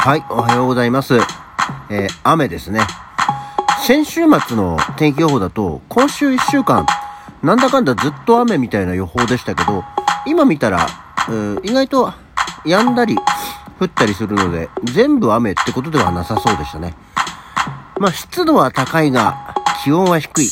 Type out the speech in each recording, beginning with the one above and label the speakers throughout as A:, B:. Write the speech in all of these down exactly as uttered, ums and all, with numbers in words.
A: はい、おはようございます。えー、雨ですね。先週末の天気予報だと、今週いっしゅうかん、なんだかんだずっと雨みたいな予報でしたけど、今見たら、うん、意外と止んだり降ったりするので、全部雨ってことではなさそうでしたね。まあ、湿度は高いが、気温は低い。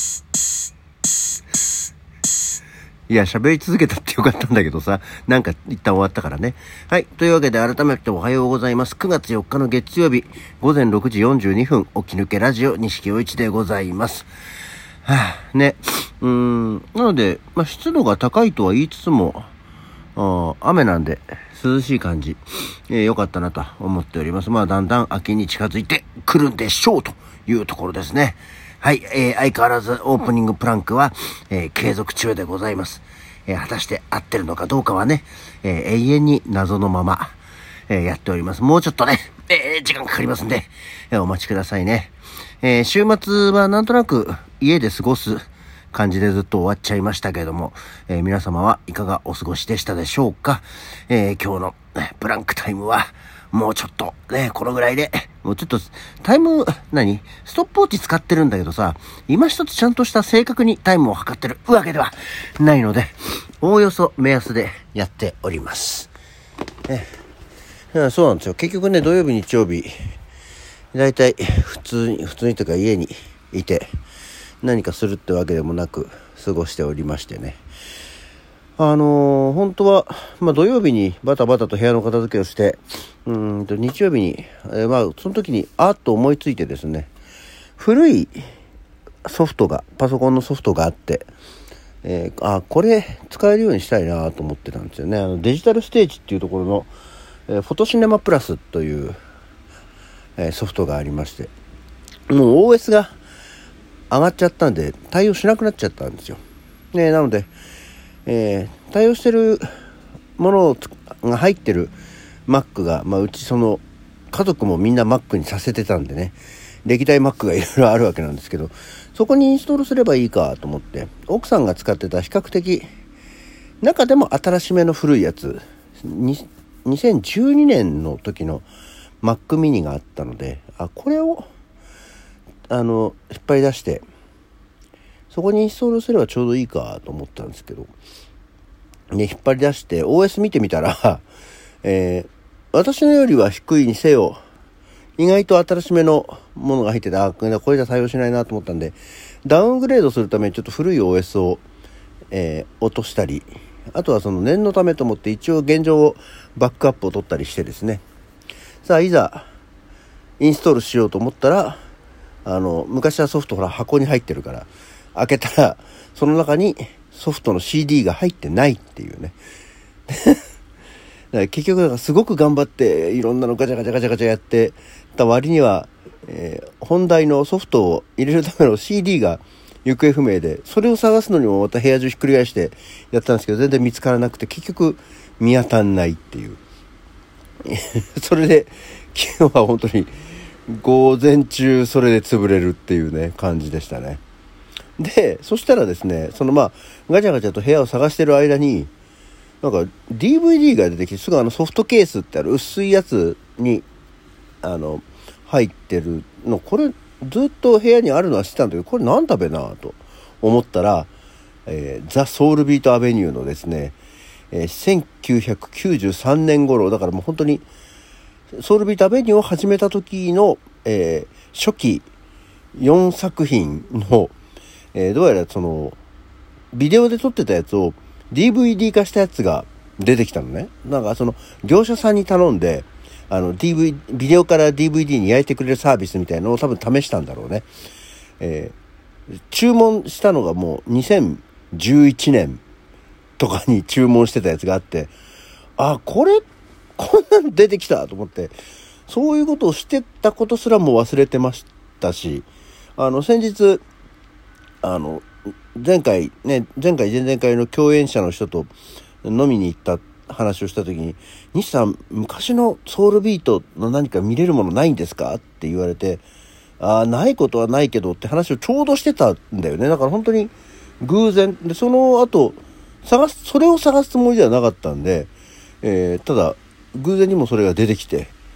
A: いや、喋り続けたってよかったんだけどさ、なんか一旦終わったからね。はい。というわけで改めておはようございます。くがつよっかの月曜日、ごぜんろくじよんじゅうにふん、起き抜けラジオ、西京一でございます。はぁ、ね。うーん。なので、まあ、湿度が高いとは言いつつも、あ雨なんで、涼しい感じ、えー、よかったなと思っております。まあ、だんだん秋に近づいてくるんでしょうというところですね。はい、えー、相変わらずオープニングプランクは、えー、継続中でございます。えー、果たして合ってるのかどうかはね、えー、永遠に謎のまま、えー、やっております。もうちょっとね、えー、時間かかりますんで、えー、お待ちくださいね。えー、週末はなんとなく家で過ごす感じでずっと終わっちゃいましたけれども、えー、皆様はいかがお過ごしでしたでしょうか。えー、今日のプランクタイムはもうちょっとね、このぐらいで、もうちょっとタイム、何ストップウォッチ使ってるんだけどさ、今一つちゃんとした正確にタイムを測ってるわけではないので、おおよそ目安でやっております。えそうなんですよ。結局ね、土曜日日曜日だいたい普通に普通にというか家にいて何かするってわけでもなく過ごしておりましてね。あのー、本当は、まあ、土曜日にバタバタと部屋の片付けをして、うーんと日曜日に、えー、まあその時にあっと思いついてですね、古いソフトがパソコンのソフトがあって、えー、あこれ使えるようにしたいなと思ってたんですよね。あのデジタルステージっていうところの、えー、フォトシネマプラスという、えー、ソフトがありまして、もう オーエス が上がっちゃったんで対応しなくなっちゃったんですよ。ね、なのでえー、対応してるものが入ってる Mac が、まあ、うちその家族もみんな Mac にさせてたんでね、歴代 Mac がいろいろあるわけなんですけど、そこにインストールすればいいかと思って、奥さんが使ってた比較的中でも新しめの古いやつ、にせんじゅうにねんの時の Mac mini があったので、あこれをあの引っ張り出してそこにインストールすればちょうどいいかと思ったんですけど、ね、引っ張り出して オーエス 見てみたら、えー、私のよりは低いにせよ意外と新しめのものが入ってて、あこれじゃ対応しないなと思ったんで、ダウングレードするためにちょっと古い オーエス を、えー、落としたり、あとはその念のためと思って一応現状をバックアップを取ったりしてですね、さあいざインストールしようと思ったら、あの昔はソフトほら箱に入ってるから開けたらその中にソフトの シーディー が入ってないっていうねだから結局だからすごく頑張っていろんなのガチャガチャガチャガチャやってた割には、えー、本題のソフトを入れるための シーディー が行方不明で、それを探すのにもまた部屋中ひっくり返してやったんですけど全然見つからなくて、結局見当たんないっていうそれで昨日は本当に午前中それで潰れるっていうね感じでしたね。でそしたらですね、そのまあガチャガチャと部屋を探してる間になんか ディーブイディー が出てきて、すぐあのソフトケースってある薄いやつにあの入ってるの、これずっと部屋にあるのは知ってたんだけど、これなんだべなと思ったら、えー、ザ・ソウルビートアベニューのですね、えー、せんきゅうひゃくきゅうじゅうさんねん頃だから、もう本当にソウルビートアベニューを始めた時の、えー、初期よんさく品のえー、どうやらそのビデオで撮ってたやつを ディーブイディー 化したやつが出てきたのね。なんかその業者さんに頼んであの ディーブイ、ビデオから ディーブイディー に焼いてくれるサービスみたいなのを多分試したんだろうね。えー、注文したのがもうにせんじゅういちねんとかに注文してたやつがあって、あこれこんなの出てきたと思って、そういうことをしてたことすらも忘れてましたし、あの先日あの前回ね前回前々回の共演者の人と飲みに行った話をした時に、西さん昔のソウルビートの何か見れるものないんですかって言われて、あないことはないけどって話をちょうどしてたんだよね。だから本当に偶然で、その後探すそれを探すつもりではなかったんで、えー、ただ偶然にもそれが出てきて、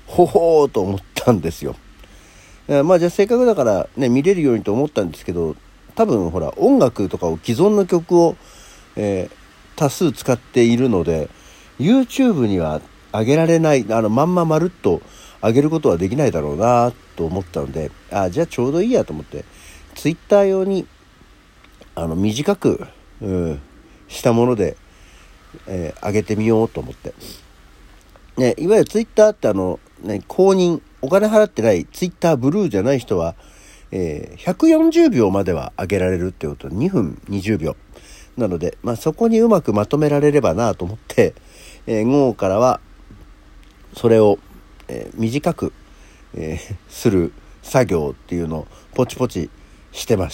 A: ほほーと思ったんですよ。まあじゃあせっかくだからね見れるようにと思ったんですけど、多分ほら音楽とかを既存の曲を、えー、多数使っているので YouTube には上げられない、あのまんままるっと上げることはできないだろうなと思ったので、あじゃあちょうどいいやと思って Twitter 用にあの短く、うん、したもので、えー、上げてみようと思って、ね、いわゆる Twitter ってあの、ね、公認お金払ってないツイッターブルーじゃない人は、えー、ひゃくよんじゅうびょうまでは上げられるってことはにふんにじゅうびょうなので、まあ、そこにうまくまとめられればなと思って、えー、午後からはそれを、えー、短く、えー、する作業っていうのをポチポチしてました。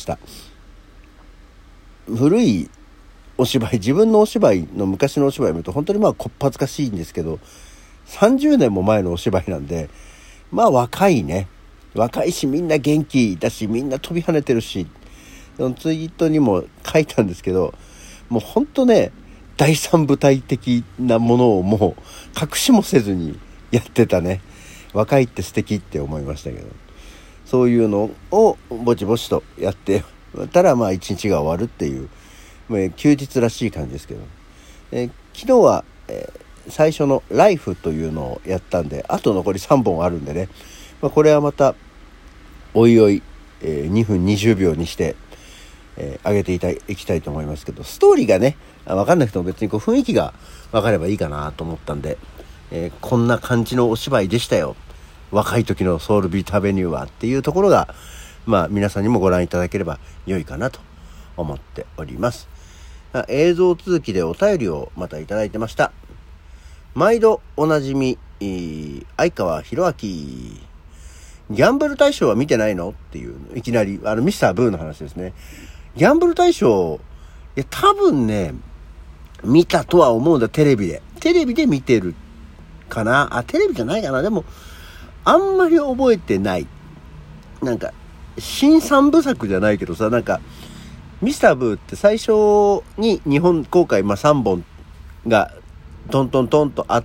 A: 古いお芝居、自分のお芝居の昔のお芝居を見ると本当にまあこっぱずかしいんですけど、さんじゅうねんも前のお芝居なんで、まあ若いね。若いしみんな元気だしみんな飛び跳ねてるし、ツイートにも書いたんですけど、もうほんとね、第三舞台的なものをもう隠しもせずにやってたね。若いって素敵って思いましたけど、そういうのをぼちぼちとやってたらまあ一日が終わるっていう、まあ、休日らしい感じですけど、えー、昨日は、えー最初のライフというのをやったんで、あと残りさんぼんあるんでね、まあ、これはまたおいおい、えー、にふんにじゅうびょうにして、えー、上げていたいきたいと思いますけど、ストーリーがね分かんなくても別にこう雰囲気が分かればいいかなと思ったんで、えー、こんな感じのお芝居でしたよ、若い時のソウルビートアベニューはっていうところが、まあ皆さんにもご覧いただければ良いかなと思っております。映像続きでお便りをまたいただいてました。毎度おなじみ、相川博明。ギャンブル大賞は見てないのっていう、いきなり、あの、ミスターブーの話ですね。ギャンブル大賞、いや、多分ね、見たとは思うんだ、テレビで。テレビで見てるかな。あ、テレビじゃないかな。でも、あんまり覚えてない。なんか、新三部作じゃないけどさ、なんか、ミスターブーって最初に日本公開、まあ、さんぼんが、トントントンとあって、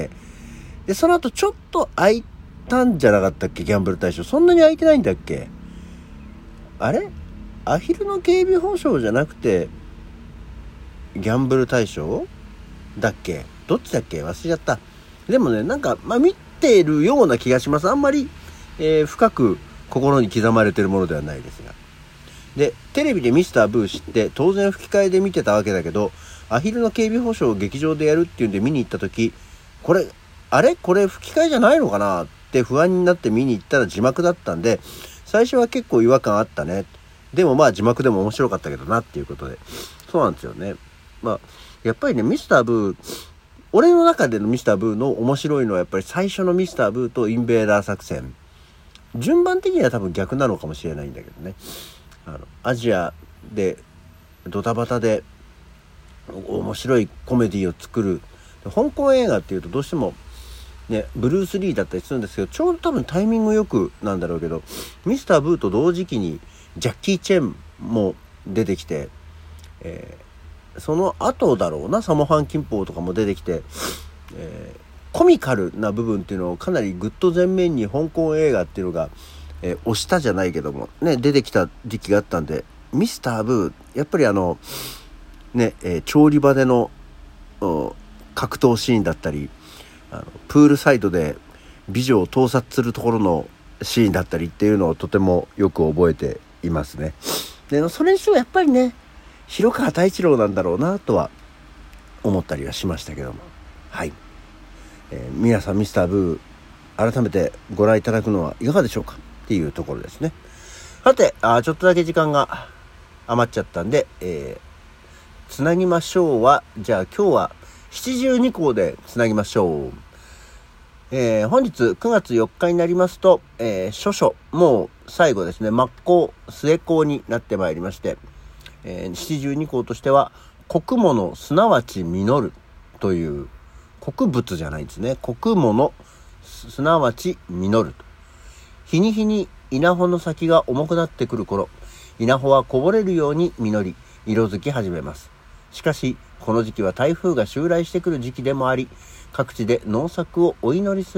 A: でその後ちょっと空いたんじゃなかったっけ、ギャンブル大賞。そんなに空いてないんだっけ。あれアヒルの警備保障じゃなくてギャンブル大賞だっけ、どっちだっけ、忘れちゃった。でもね、なんかまあ見てるような気がします。あんまり、えー、深く心に刻まれてるものではないですが。でテレビでミスターブー知って当然吹き替えで見てたわけだけど、アヒルの警備保障を劇場でやるっていうんで見に行った時、これあれこれ吹き替えじゃないのかなって不安になって見に行ったら字幕だったんで、最初は結構違和感あったね。でもまあ字幕でも面白かったけどなっていうことで、そうなんですよね。まあやっぱりね、ミスターブー、俺の中でのミスターブーの面白いのはやっぱり最初のミスターブーとインベーダー作戦、順番的には多分逆なのかもしれないんだけどね。あのアジアでドタバタで面白いコメディを作る、香港映画っていうとどうしてもねブルース・リーだったりするんですけど、ちょうど多分タイミングよくなんだろうけど、ミスター・ブーと同時期にジャッキー・チェンも出てきて、えー、その後だろうな、サモハン・キンポーとかも出てきて、えー、コミカルな部分っていうのをかなりグッと前面に香港映画っていうのが、えー、押したじゃないけどもね、出てきた時期があったんで、ミスター・ブーやっぱりあのね、えー、調理場での格闘シーンだったり、あのプールサイドで美女を盗撮するところのシーンだったりっていうのをとてもよく覚えていますね。でそれにしてもやっぱりね、広川太一郎なんだろうなとは思ったりはしましたけども、はい、えー、皆さんミスターブー改めてご覧いただくのはいかがでしょうかっていうところですね。さて、あちょっとだけ時間が余っちゃったんで、えーつなぎましょうは、じゃあ今日は七十二校でつなぎましょう。えー、本日くがつよっかになりますと、えー、諸々もう最後ですね、末校末校になってまいりまして、えー、七十二校としては国物すなわち実るという国物じゃないんですね。国物すなわち実ると。日に日に稲穂の先が重くなってくる頃、稲穂はこぼれるように実り色づき始めます。しかしこの時期は台風が襲来してくる時期でもあり、各地で農作をお祈りする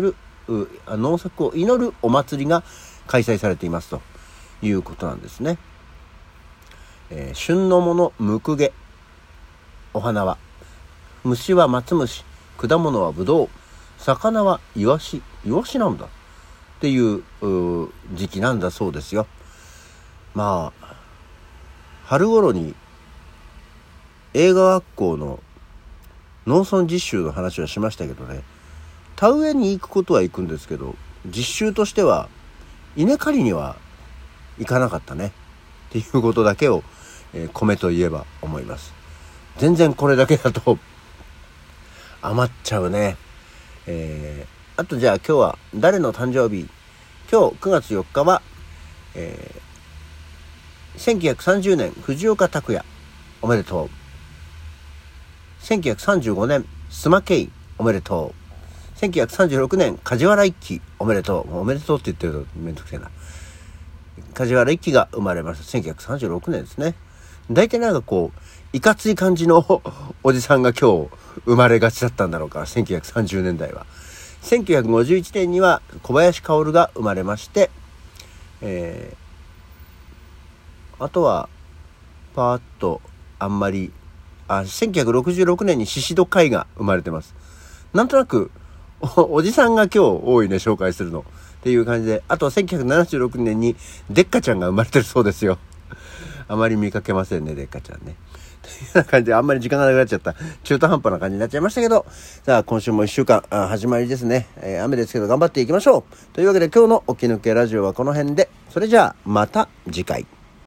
A: 農作を祈るお祭りが開催されていますということなんですね。えー、旬のものむくげ、お花は虫は松虫、果物はぶどう、魚はイワシ、イワシなんだっていう時期なんだそうですよ。まあ春頃に映画学校の農村実習の話はしましたけどね、田植えに行くことは行くんですけど、実習としては稲刈りには行かなかったねっていうことだけを、えー、米といえば思います。全然これだけだと余っちゃうね。えー、あとじゃあ今日は誰の誕生日。今日くがつよっかは、えー、せんきゅうひゃくさんじゅうねん藤岡拓也おめでとう。せんきゅうひゃくさんじゅうごねん須磨圭おめでとう。せんきゅうひゃくさんじゅうろくねん梶原一騎おめでとう。おめでとうって言ってるとめんどくせえな。梶原一騎が生まれました。せんきゅうひゃくさんじゅうろくねんですね。大体なんかこういかつい感じのおじさんが今日生まれがちだったんだろうか、せんきゅうひゃくさんじゅうねんだいは。せんきゅうひゃくごじゅういちねんには小林薫が生まれまして、えー、あとはパーッとあんまりあせんきゅうひゃくろくじゅうろくねんに宍戸海が生まれてます。なんとなく お, おじさんが今日多いね、紹介するのっていう感じで。あとせんきゅうひゃくななじゅうろくねんにデッカちゃんが生まれてるそうですよ。あまり見かけませんね、デッカちゃんね。というような感じで、あんまり時間がなくなっちゃった中途半端な感じになっちゃいましたけど、さあ今週もいっしゅうかんあ始まりですね、えー、雨ですけど頑張っていきましょう。というわけで今日の起き抜けラジオはこの辺で、それじゃあまた次回。